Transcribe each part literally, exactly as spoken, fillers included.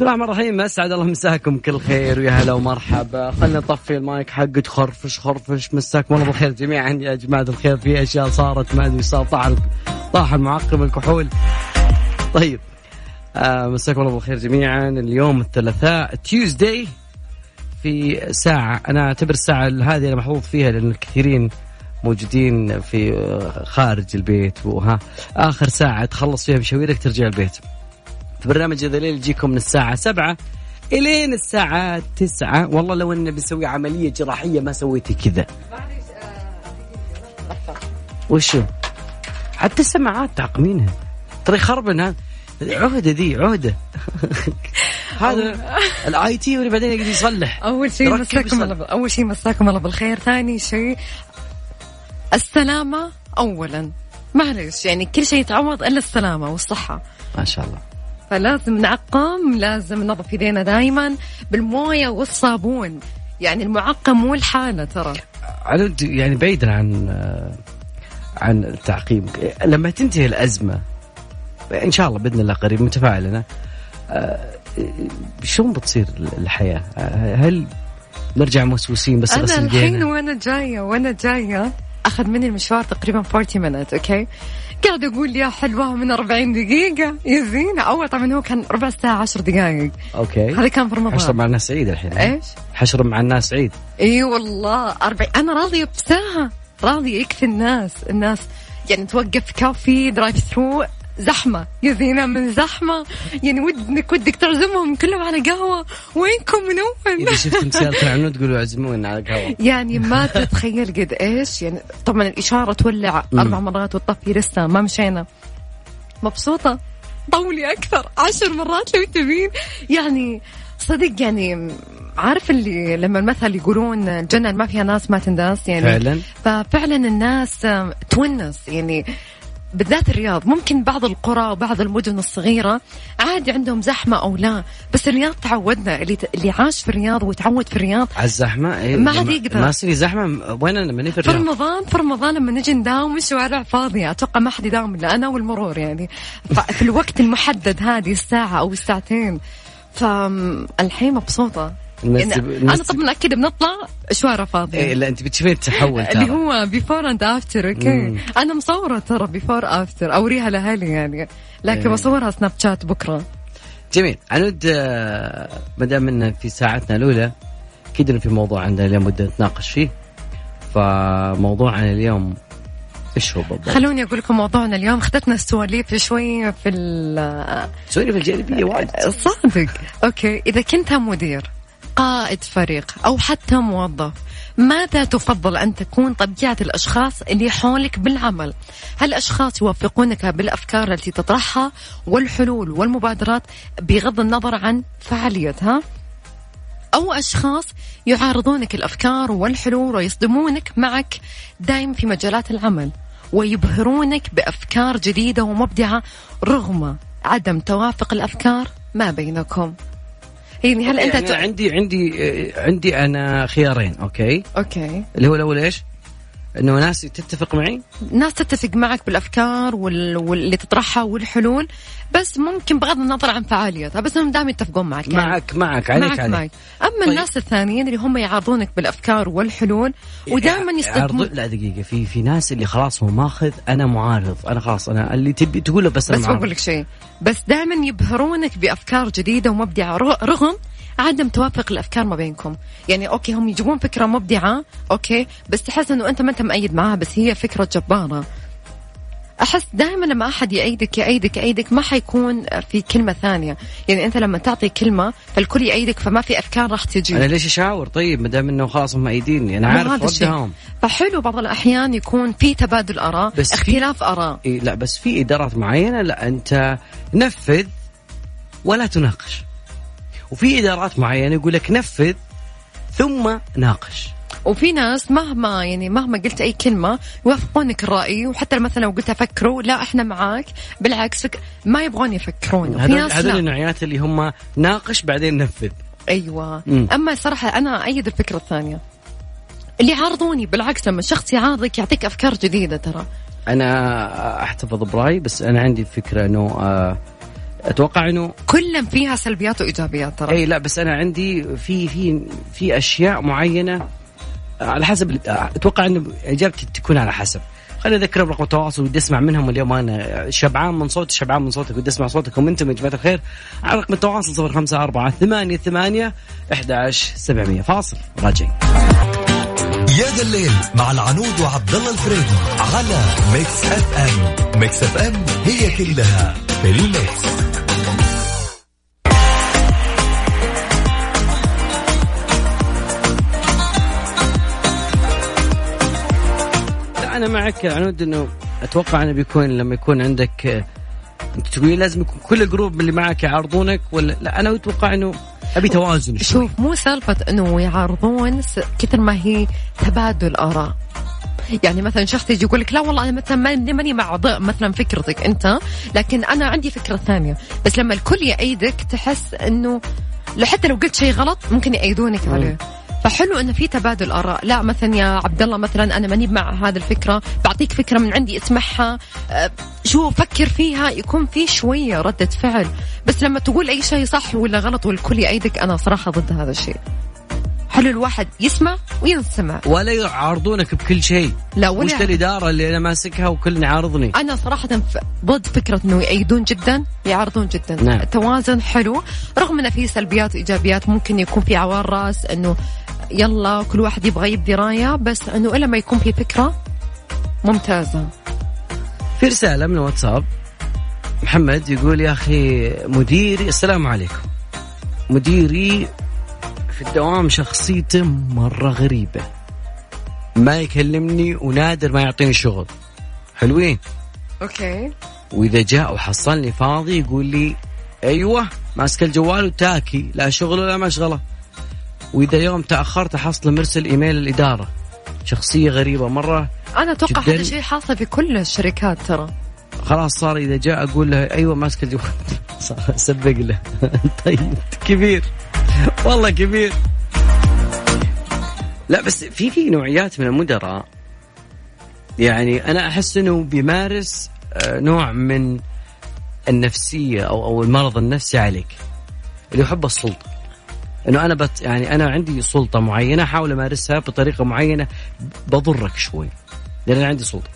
بسم الله الرحمن الرحيم. أسعد الله مساكم كل خير ويا هلا ومرحبا. خلنا نطفي المايك حقك خرفش خرفش. مساكم الله بالخير جميعا يا جماعة الخير. في أشياء صارت ما أدري صار طاح طاح المعقم الكحول. طيب آه مساكم الله بالخير جميعا. اليوم الثلاثاء تيوزداي في ساعة أنا أعتبر الساعة هذه أنا محظوظ فيها لأن الكثيرين موجودين في خارج البيت وها آخر ساعة تخلص فيها مشاويرك ترجع البيت. برنامج هذا الليل يجيكم من الساعة سبعة إلين الساعة تسعة. والله لو إني بسوي عملية جراحية ما سويتي كذا. وشو حتى السماعات تعقمينها ترى خربن. هذا عهدة ذي عهدة. هذا الاي تي واللي بعدين يقدر يصلح. أول شيء مساكم الله أول شيء مساكم الله بالخير. ثاني شيء السلامة أولا. معلش يعني كل شيء يتعوض إلا السلامة والصحة. ما شاء الله. فلازم نعقم، لازم ننظف يدينا دائما بالموية والصابون. يعني المعقم مو الحالة ترى. يعني بعيدا عن عن التعقيم لما تنتهي الأزمة إن شاء الله بإذن الله قريب متفائل أنا. شلون بتصير الحياة؟ هل نرجع موسوسين بس أنا غسل الحين يدينا؟ وأنا جاية وأنا جاية أخذ مني المشوار تقريبا أربعين minutes. أوكي قاعد أقول يا حلوة من أربعين دقيقة يا زينة. أول طبعا هو كان ربع ساعة عشر دقائق. أوكي هذا كان في رمضان. حشر مع الناس عيد الحين. إيش حشر مع الناس عيد. إيه والله أربعين. أنا راضية بساعة راضية يكفي. الناس الناس يعني توقف كافي درايف ثرو زحمة يا زينة من زحمة. يعني ودك ودك تعزمهم كلهم على قهوة. وينكم من أول؟ إذا شفتم سيارة العنود تقولوا عزمونا على قهوة. يعني ما تتخيل قد إيش. يعني طبعا الإشارة تولع أربع مرات والطفي لسه ما مشينا. مبسوطة طولي أكثر عشر مرات لو تبين. يعني صدق يعني عارف اللي لما المثل يقولون الجنة ما فيها ناس ما تنداس. يعني فعلا ففعلا الناس تونس. يعني بالذات الرياض. ممكن بعض القرى وبعض المدن الصغيرة عادي عندهم زحمة أو لا، بس الرياض تعودنا. اللي اللي عاش في الرياض وتعود في الرياض على الزحمة إيه ما عاد يقدر. ما يصير زحمة. وين أنا مني في الرياض في رمضان في رمضان لما نجي نداوم الشوارع فاضية. أتوقع ما حد يداوم إلا أنا والمرور. يعني في الوقت المحدد هذه الساعة أو الساعتين. فالحين مبسوطة. يعني أنا طبعا أكيد بنطلع شوارع فاضية. إيه لا أنت بتشوفين التحول اللي هو before and after. أوكي أنا مصورة ترى before after أوريها لأهلي يعني. لكن إيه. بصورها سناب شات بكرة. جميل. عنود مدام إن في ساعتنا الأولى كده في موضوع عندنا اليوم بدنا نتناقش فيه. فموضوعنا اليوم إيش هو بالضبط؟ خلوني أقول لكم موضوعنا اليوم. خدتنا السواليف شوي في ال سواليف الجانبية وايد صادق. أوكي إذا كنت مدير قائد فريق أو حتى موظف ماذا تفضل أن تكون طبيعة الأشخاص اللي حولك بالعمل؟ هل أشخاص يوافقونك بالأفكار التي تطرحها والحلول والمبادرات بغض النظر عن فعاليتها، أو أشخاص يعارضونك الأفكار والحلول ويصدمونك معك دائم في مجالات العمل ويبهرونك بأفكار جديدة ومبدعة رغم عدم توافق الأفكار ما بينكم؟ يعني هل أنت يعني ت... عندي عندي عندي أنا خيارين. أوكي أوكي اللي هو الأول إيش؟ إنه ناس تتفق معي، ناس تتفق معك بالأفكار وال... واللي تطرحها والحلول، بس ممكن بغض النظر عن فعاليتها بس هم دائما يتفقون معك يعني. معك معك عليك معك عليك. معك. أما طيب. الناس الثانيين اللي هم يعارضونك بالأفكار والحلول ودائما يستخدمون. لا دقيقة في في ناس اللي خلاص هو ماخذ أنا معارض، أنا خلاص أنا اللي تبي تقوله بس أنا بس بقول لك شيء، بس دائما يبهرونك بأفكار جديدة ومبدعة رغم عدم توافق الأفكار ما بينكم. يعني أوكي هم يجيبون فكرة مبدعة أوكي بس تحس إنه أنت ما أنت مؤيد معها بس هي فكرة جبارة. أحس دائما لما أحد يأيدك يأيدك يأيدك ما حيكون في كلمة ثانية. يعني أنت لما تعطي كلمة فالكل يأيدك فما في أفكار راح تجي. أنا ليش أشاور طيب مدام إنه خلاص هم مأيديني أنا عارف ردهم. فحلو بعض الأحيان يكون في تبادل آراء اختلاف آراء. إيه لا بس في إدارات معينة لا أنت نفذ ولا تناقش، وفي إدارات معينة يقول لك نفذ ثم ناقش. وفي ناس مهما يعني مهما قلت أي كلمة يوافقونك الرأي، وحتى مثلا لو قلت أفكروا لا إحنا معاك بالعكس فك... ما يبغون يفكرون. هذول النوعيات اللي هم ناقش بعدين نفذ. أيوة م. أما صراحة أنا أيد الفكرة الثانية اللي عارضوني. بالعكس لما شخص يعارضك يعطيك أفكار جديدة. ترى أنا أحتفظ برأيي بس أنا عندي فكرة إنه آه اتوقع انه كلهم فيها سلبيات وايجابيات ترى. اي لا بس انا عندي في في في اشياء معينه على حسب. اتوقع انه اجابتي تكون على حسب. خليني اذكر برقم التواصل ودي اسمع منهم اليوم. انا شبعان من صوتي شبعان من صوتك ودي اسمع صوتكم انتم يا جماعه الخير على رقم التواصل صفر خمسة أربعة ثمانية ثمانية أحد عشر سبعمية. فاصل راجعين. يا ذا الليل مع العنود وعبد الله الفريدي على ميكس اف ام. ميكس اف ام هي كلها في الميكس. أنا معك عنود إنه أتوقع أنه بيكون لما يكون عندك أنت تقولي لازم يكون كل الجروب اللي معك يعارضونك ولا لا. أنا أتوقع إنه أبي توازن شوي. شوف مو سالفة إنه يعارضون كثر ما هي تبادل آراء. يعني مثلا شخص يجي يقول لك لا والله أنا مثلا ماني مع مثلا فكرتك أنت لكن أنا عندي فكرة ثانية. بس لما الكل يأيدك تحس إنه حتى لو قلت شيء غلط ممكن يأيدونك عليه. فحلو انه في تبادل اراء. لا مثلا يا عبد الله مثلا انا ماني مع هذه الفكره بعطيك فكره من عندي اسمعها أه شو فكر فيها يكون في شويه رده فعل. بس لما تقول اي شيء صح ولا غلط والكل يأيدك انا صراحه ضد هذا الشيء. حلو الواحد يسمع وينسمع ولا يعارضونك بكل شيء. لا ولا وش الاداره اللي انا ماسكها وكل يعارضني. انا صراحه ضد فكره انه يأيدون جدا يعارضون جدا. نعم. التوازن حلو رغم انه في سلبيات وايجابيات. ممكن يكون في عوار راس انه يلا كل واحد يبغى يبدي رايه بس انه الا ما يكون في فكره ممتازه. في رساله من واتساب محمد يقول يا اخي مديري السلام عليكم مديري في الدوام شخصيته مرة غريبة ما يكلمني ونادر ما يعطيني شغل. حلوين اوكي. واذا جاء وحصلني فاضي يقول لي ايوه ماسك الجوال وتاكي لا شغل ولا مشغله. واذا يوم تاخرت احصل مرسل ايميل الاداره. شخصيه غريبه مره. انا اتوقع هذا شيء حاصل في كل الشركات ترى. خلاص صار اذا جاء اقول له ايوه ماسك الجوال صار اسبق له. طيب كبير والله كبير. لا بس في في نوعيات من المدراء يعني أنا أحس أنه بيمارس نوع من النفسية أو أو المرض النفسي عليك اللي يحب السلطة. إنه أنا بت يعني أنا عندي سلطة معينة أحاول أمارسها بطريقة معينة بضرك شوي لأن أنا عندي سلطة.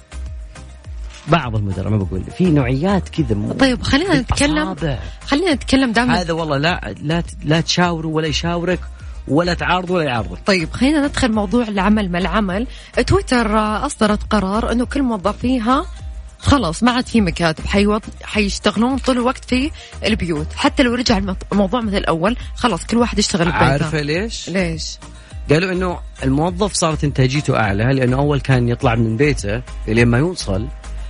بعض المدراء ما بقول في نوعيات كذا. طيب خلينا نتكلم خلينا نتكلم دائما هذا والله لا لا لا تشاوره ولا يشاورك ولا تعارض ولا يعارضك. طيب خلينا ندخل موضوع العمل مع العمل. تويتر أصدرت قرار إنه كل موظفيها خلاص ما عاد في مكاتب حيوض حيشتغلون طول الوقت في البيوت. حتى لو رجع الموضوع مثل الأول خلاص كل واحد يشتغل ببيته. عارفة ليش؟ ليش؟ قالوا إنه الموظف صارت إنتاجيته أعلى لأنه أول كان يطلع من بيته لين ما يوصل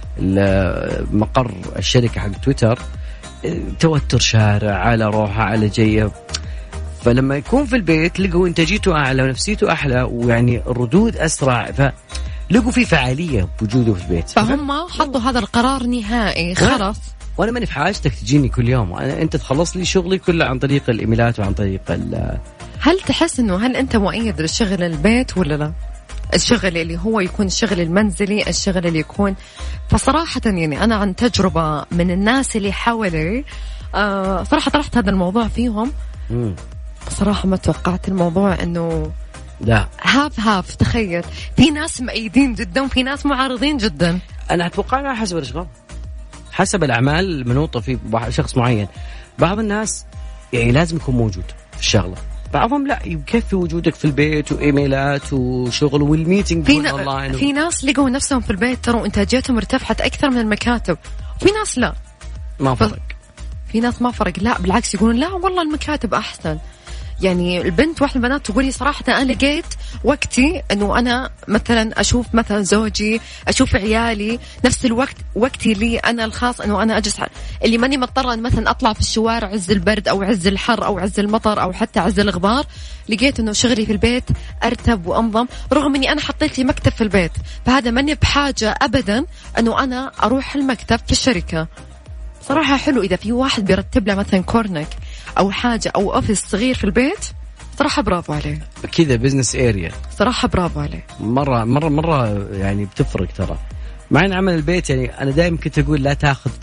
مقر الشركة حق تويتر توتر شارع على روحه على جيه. فلما يكون في البيت لقوا إنتاجيته أعلى ونفسيته أحلى ويعني الردود أسرع فلقوا في فعالية بوجوده في البيت. فهم حطوا هذا القرار نهائي خلاص. وأنا ماني في حاجتك تجيني كل يوم. أنا أنت تخلص لي شغلي كله عن طريق الإيميلات وعن طريق ال. هل تحس إنه هل أنت مؤيد للشغل البيت ولا لا؟ الشغل اللي هو يكون الشغل المنزلي الشغل اللي يكون. فصراحة يعني أنا عن تجربة من الناس اللي حولي آه صراحة طرحت هذا الموضوع فيهم. مم. صراحة ما توقعت الموضوع إنه لا هاف هاف. تخيل في ناس مؤيدين جدا وفي ناس معارضين جدا. أنا أتوقع أنها حسب الأشغال حسب الأعمال المنوطة في شخص معين. بعض الناس يعني لازم يكون موجود في الشغلة. بعضهم لا يكفي وجودك في البيت وإيميلات وشغل والميتينج في, نا... في ناس لقوا نفسهم في البيت ترى وإنتاجيتهم ارتفعت أكثر من المكاتب. في ناس لا ما فرق. ف... في ناس ما فرق لا بالعكس يقولون لا والله المكاتب أحسن. يعني البنت واحد البنات تقولي صراحة أنا لقيت وقتي أنه أنا مثلا أشوف مثلا زوجي أشوف عيالي نفس الوقت وقتي لي أنا الخاص أنه أنا أجلس اللي ماني مضطرة أن مثلا أطلع في الشوارع عز البرد أو عز الحر أو عز المطر أو حتى عز الغبار. لقيت أنه شغلي في البيت أرتب وأنظم رغم أني أنا حطيت لي مكتب في البيت. فهذا ماني بحاجة أبدا أنه أنا أروح المكتب في الشركة. صراحة حلو إذا في واحد بيرتب له مثلا كورنك أو حاجة أو أوفيس صغير في البيت. صراحة برافو عليه كذا بزنس اريا. صراحة برافو عليه مرة مرة مرة يعني بتفرق ترى. مع إن عمل البيت يعني أنا دائما كنت أقول لا تأخذ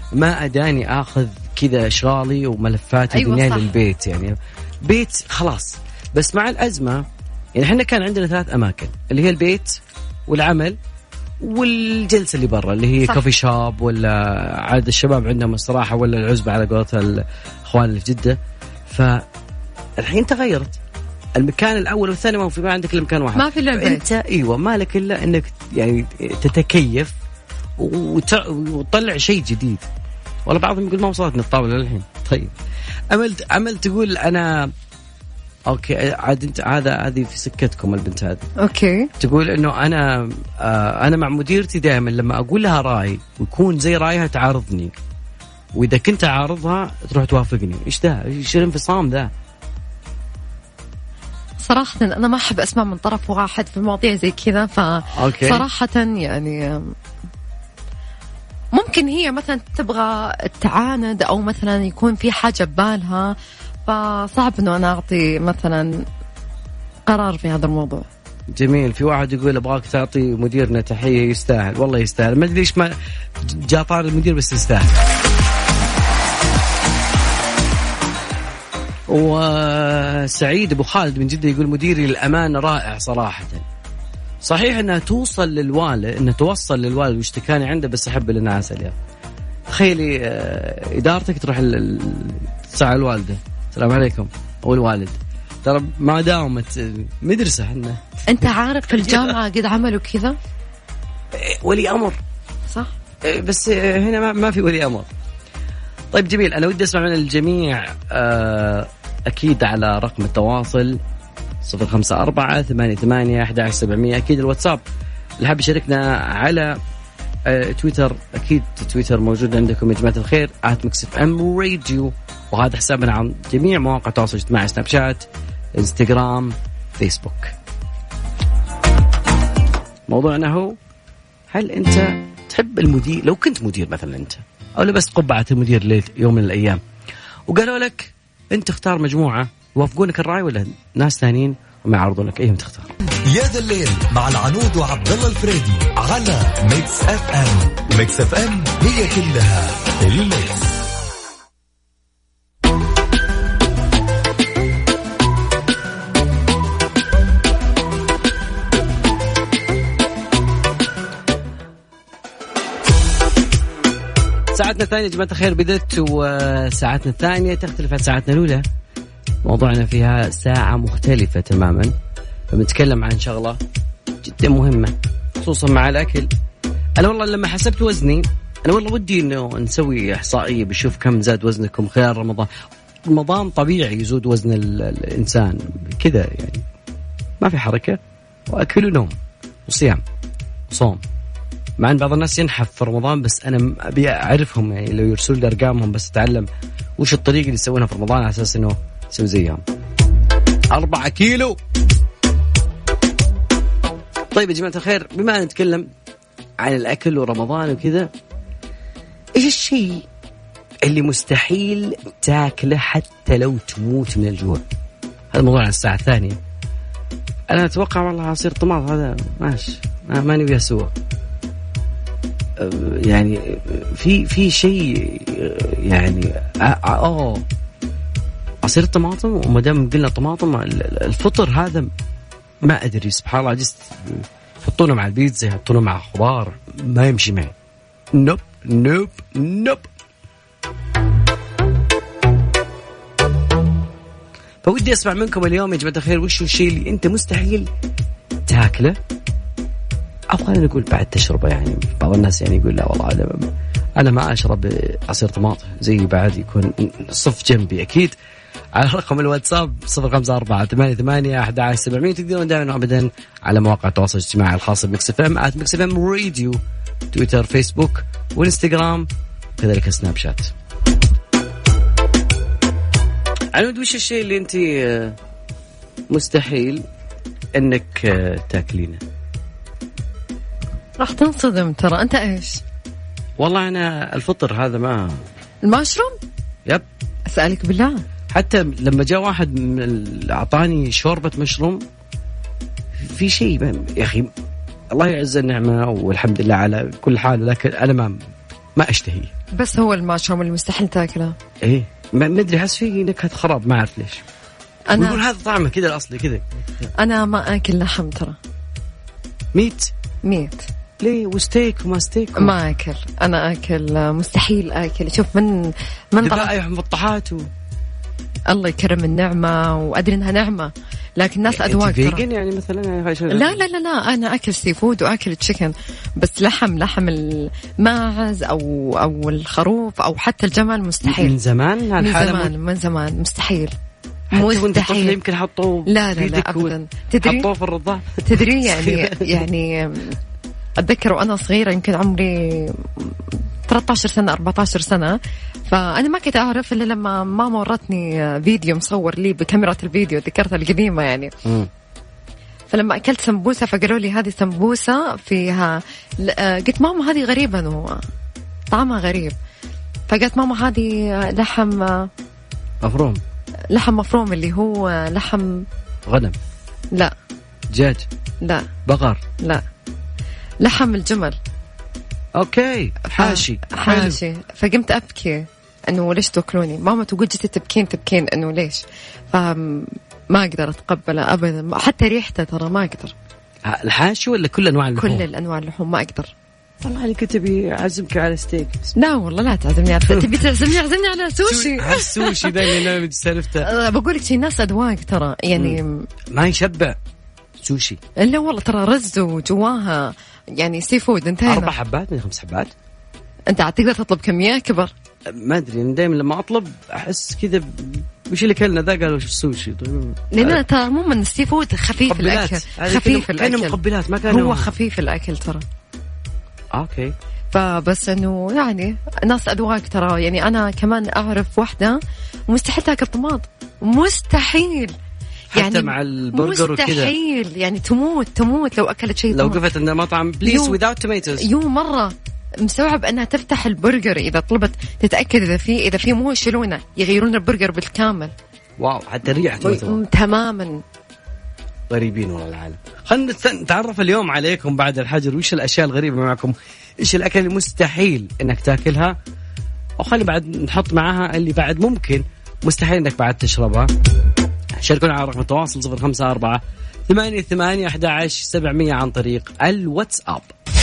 ما أداني أخذ كذا أشغالي وملفاتي أيوة دنيا للبيت، يعني بيت خلاص. بس مع الأزمة يعني إحنا كان عندنا ثلاث أماكن اللي هي البيت والعمل والجلسة اللي برا اللي هي كوفي شوب، ولا عاد الشباب عندهم الصراحة، ولا العزبة على قولة الأخوان اللي في جدة. فالحين تغيرت المكان الأول والثاني، ما في ما عندك إلا مكان واحد، ما في إلا البيت. أنت أيوة ما لك إلا إنك يعني تتكيف وتطلع شيء جديد. والله بعضهم يقول ما وصلتني الطاولة للحين. طيب عملت عمل تقول أنا اوكي عاد انت هذا هذه في سكتكم البنت هذه. اوكي تقول انه انا آه انا مع مديرتي دائما لما اقول لها راي ويكون زي رايها تعارضني، واذا كنت اعارضها تروح توافقني. ايش ده؟ ايش الانفصام ذا؟ صراحة أنا ما أحب أسمع من طرف واحد في مواضيع زي كذا. فصراحة يعني ممكن هي مثلا تبغى تعاند أو مثلا يكون في حاجة ببالها، فصعب أنه أنا أعطي مثلا قرار في هذا الموضوع. جميل. في واحد يقول أبغاك تعطي مديرنا تحية، يستاهل والله يستاهل. ما أدري ليش ما جاء طار المدير بس يستاهل. وسعيد أبو خالد من جدة يقول مديري للأمانة رائع صراحة. صحيح أنها توصل للوالد، أنها توصل للوالد واشتكاني عنده، بس أحب الناس اليوم. تخيلي إدارتك تروح تسعى الوالدة السلام عليكم أو الوالد، ترى ما داومت مدرسة حنا. أنت عارف في الجامعة قد عملوا كذا ولي أمر صح؟ بس هنا ما في ولي أمر. طيب جميل. أنا ودي أسمع من الجميع أكيد على رقم التواصل صفر خمسة أربعة ثمانية ثمانية أحد عشر سبعمية. أكيد الواتساب اللي حاب يشاركنا على تويتر، أكيد تويتر موجود عندكم يا جماعة الخير آت ميكس إف إم راديو، وهذا حسابنا عن جميع مواقع التواصل الاجتماعي سناب شات انستغرام فيسبوك. موضوعنا هو هل أنت تحب المدير؟ لو كنت مدير مثلا أنت أو لبست قبعة المدير يوم من الأيام وقالوا لك أنت اختار مجموعة يوافقونك الرأي ولا ناس ثانيين وما يعرضونك، أيهم تختار؟ يا ذا الليل مع العنود وعبد الله الفريدي على ميكس اف ام. ميكس اف ام هي كلها الميكس. ساعتنا الثانية جماعة الخير بدت، وساعتنا الثانية تختلف عن ساعتنا الأولى. موضوعنا فيها ساعة مختلفة تماما، فبنتكلم عن شغلة جدا مهمة خصوصا مع الأكل. أنا والله لما حسبت وزني أنا والله ودي إنه نسوي إحصائية بشوف كم زاد وزنكم خلال رمضان. رمضان طبيعي يزود وزن الإنسان كذا، يعني ما في حركة وأكل ونوم وصيام وصوم. مع أن بعض الناس ينحف في رمضان، بس أنا أبي أعرفهم يعني لو يرسلوا لي أرقامهم بس أتعلم وش الطريقة اللي يسوونها في رمضان على أساس إنه يسوي زيهم. أربعة كيلو. طيب يا جماعة الخير، بما أن نتكلم عن الأكل ورمضان وكذا، إيش الشيء اللي مستحيل تاكله حتى لو تموت من الجوع؟ هذا موضوع على الساعة الثانية. أنا أتوقع والله عصير طماط هذا ماشي، ما نبي أسوى. يعني في في شيء يعني اه عصير الطماطم، وما دام قلنا طماطم الفطر هذا ما ادري سبحان الله جست يحطونه مع البيتزا يحطونه مع خضار ما يمشي معي. نوب نوب نوب. فودي اسمع منكم اليوم يا جماعة الخير، وش الشيء اللي انت مستحيل تاكله أو خلينا نقول بعد تشربه؟ يعني بعض الناس يعني يقول لا والله أنا, أنا ما أشرب عصير طماطم زي بعد يكون صف جنبي. أكيد على رقم الواتساب صفر خمسة أربعة ثمانية ثمانية أحد عشر سبعمية. تقدرون دائما وأبدا على مواقع التواصل الاجتماعي الخاصة بميكس اف ام آت ميكس اف ام راديو، تويتر فيسبوك وإنستغرام كذلك سناب شات. عنود وش الشيء اللي أنت مستحيل أنك تاكلينه؟ راح تنصدم ترى. أنت إيش؟ والله أنا الفطر هذا ما المشروم. يب أسألك بالله، حتى لما جاء واحد أعطاني شوربة مشروم في شيء يا أخي الله يعز النعمة والحمد لله على كل حال، لكن أنا ما ما أشتهي. بس هو المشروم اللي مستحيل تاكله. ايه ما ادري احس فيه نكهه خراب ما اعرف ليش. انا يقول هذا طعمه كذا الاصلي كذا. انا ما اكل لحم ترى. ميت ميت ليه؟ وستيك وما ستيك و... ما اكل. انا اكل مستحيل اكل. شوف من من طلع مطحات و... الله يكرم النعمه وادري انها نعمه لكن الناس اذواق ترى يعني مثلا يعني لا لا لا لا انا اكل سي فود واكل تشيكن بس لحم لحم الماعز او او الخروف او حتى الجمل مستحيل. من زمان من زمان من زمان مستحيل مستحيل. يمكن حطوه لا لا لا ابدا. تدري حطوه في الرضاعه تدري يعني يعني اتذكر وانا صغيره يمكن عمري ثلاثة عشر سنه أربعة عشر سنه فأنا ما كنت أعرف إلا لما ماما ورتني فيديو مصور لي بكاميرا الفيديو ذكرتها القديمة يعني م. فلما أكلت سمبوسة فقالوا لي هذه سمبوسة فيها قلت ماما هذه غريبة إنه طعمها غريب فقالت ماما هذه لحم مفروم لحم مفروم اللي هو لحم غنم لا دجاج لا بقر لا لحم الجمل. اوكي حاشي حاشي. فقمت ابكي انه ليش تاكلوني ماما تقول جيتي تبكين تبكين انه ليش فما اقدر اتقبله ابدا حتى ريحته ترى ما اقدر. الحاشي ولا كل انواع اللحوم؟ كل الانواع اللحوم ما اقدر. والله انا كنت ابي اعزمك على ستيك. لا والله لا تعزمني على تبي تعزمني اعزمني على سوشي. على السوشي ده اللي انا سالفته. بقول لك شيء ناس اذواق ترى يعني م. ما يشبع سوشي. لا والله ترى رز وجواها يعني سي فود. انتهينا. أربع حبات من خمس حبات. أنت تقدر تطلب كمية كبر. ما أدري دائما لما أطلب أحس كذا وش اللي كلنا ذا قالوا السوشي. طيب لأن ترى عموما السي فود خفيف الأكل. خفيف الأكل. كأنه مقبلات ما كان هو خفيف الأكل ترى. أوكي. فبس إنه يعني ناس أذواق ترى يعني أنا كمان أعرف واحدة مستحيل تاكل طماط مستحيل. يعني حتى مع البرجر وكذا مستحيل يعني تموت تموت لو أكلت شيء لو قفت إنه مطعم بليز without tomatoes. يو مرة مستوعب أنها تفتح البرجر إذا طلبت تتأكد إذا في إذا في مو يشيلونه يغيرون البرجر بالكامل. واو حتى ريحته تماما. غريبين والله العالم. خلنا نتعرف اليوم عليكم بعد الحجر وش الأشياء الغريبة معكم. إيش الأكل اللي مستحيل إنك تأكلها وخلي بعد نحط معها اللي بعد ممكن مستحيل إنك بعد تشربها. شاركونا على رقم التواصل صفر خمسة أربعة ثمانية ثمانية أحد عشر سبعمية عن طريق الواتساب.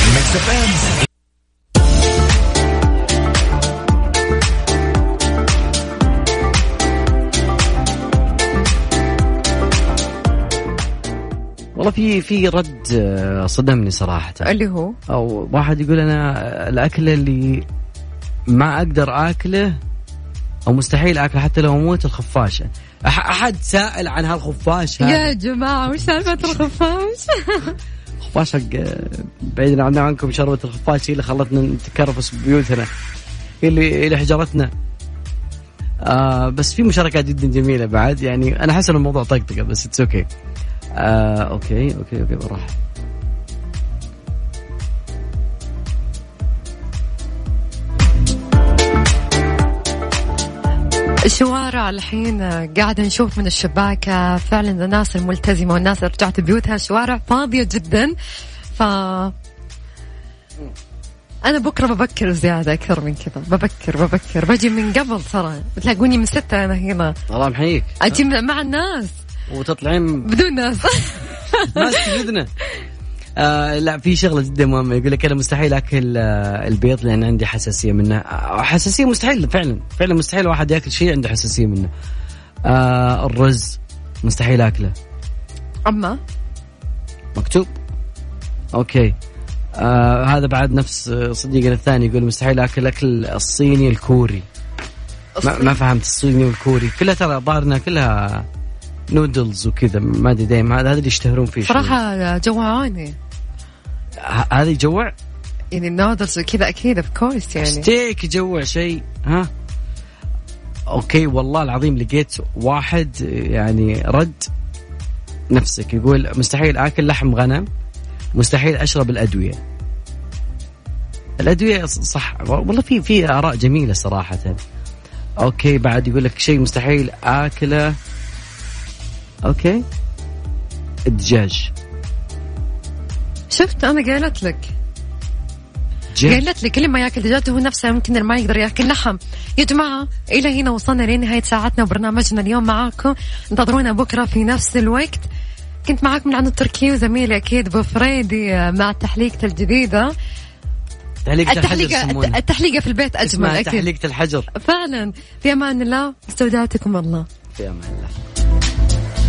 والله في في رد صدمني صراحة اللي هو أو واحد يقول أنا الأكل اللي ما أقدر أكله أو مستحيل أكله حتى لو أموت الخفاشة. أحد سائل عن هالخفاش هذا يا جماعة وش سالفة الخفاش؟ خفاش بعيدا عنا عنكم شربة الخفاش هي اللي خلتنا نتكرفس ببيوتنا هي اللي اللي حجرتنا. آه بس في مشاركات جدا جميلة بعد يعني أنا حاسس الموضوع طقطقة بس it's okay. آه أوكي أوكي أوكي بروح. الشوارع الحين قاعدة نشوف من الشباك فعلا الناس الملتزمة والناس اللي رجعت بيوتها الشوارع فاضية جدا. ف أنا بكرة ببكر زيادة أكثر من كذا ببكر ببكر بجي من قبل ترى بتلاقوني من ستة أنا هنا. الله محييك. أجي مع الناس وتطلعين بدون ناس ناس تجدنا. آه لا في شغلة جدا مهمة يقول لك أنا مستحيل أكل آه البيض لأن عندي حساسية منه. آه حساسية مستحيل فعلا فعلا مستحيل واحد يأكل شيء عنده حساسية منه. آه الرز مستحيل أكله. أما مكتوب أوكي. آه هذا بعد نفس صديقنا الثاني يقول مستحيل أكل أكل الصيني الكوري. ما, ما فهمت الصيني والكوري كلها ترى ظاهرنا كلها نودلز وكذا ما ادري دايم هذا هذا اللي يشتهرون فيه صراحه جوعاني. هذا يجوع يعني النودلز وكذا اكيد اوف كورس يعني ستيك يجوع شيء. ها اوكي والله العظيم لقيت واحد يعني رد نفسك يقول مستحيل اكل لحم غنم مستحيل اشرب الادويه. الادويه صح والله في في اراء جميله صراحه. اوكي بعد يقول لك شيء مستحيل اكله. اوكي الدجاج. شفت انا قالت لك قالت لي كل ما ياكل دجاج هو نفسه يمكن ما يقدر ياكل لحم. يا جماعة إلى هنا وصلنا لنهاية ساعتنا وبرنامجنا اليوم معاكم. انتظرونا بكرة في نفس الوقت. كنت معاكم من عند التركي وزميلي أكيد بفريدي مع تحليقة الجديدة. تحليقة التحليقة, التحليقة في البيت أجمل أكيد. تحليقة الحجر فعلا. في أمان الله، استودعتكم الله. في أمان الله.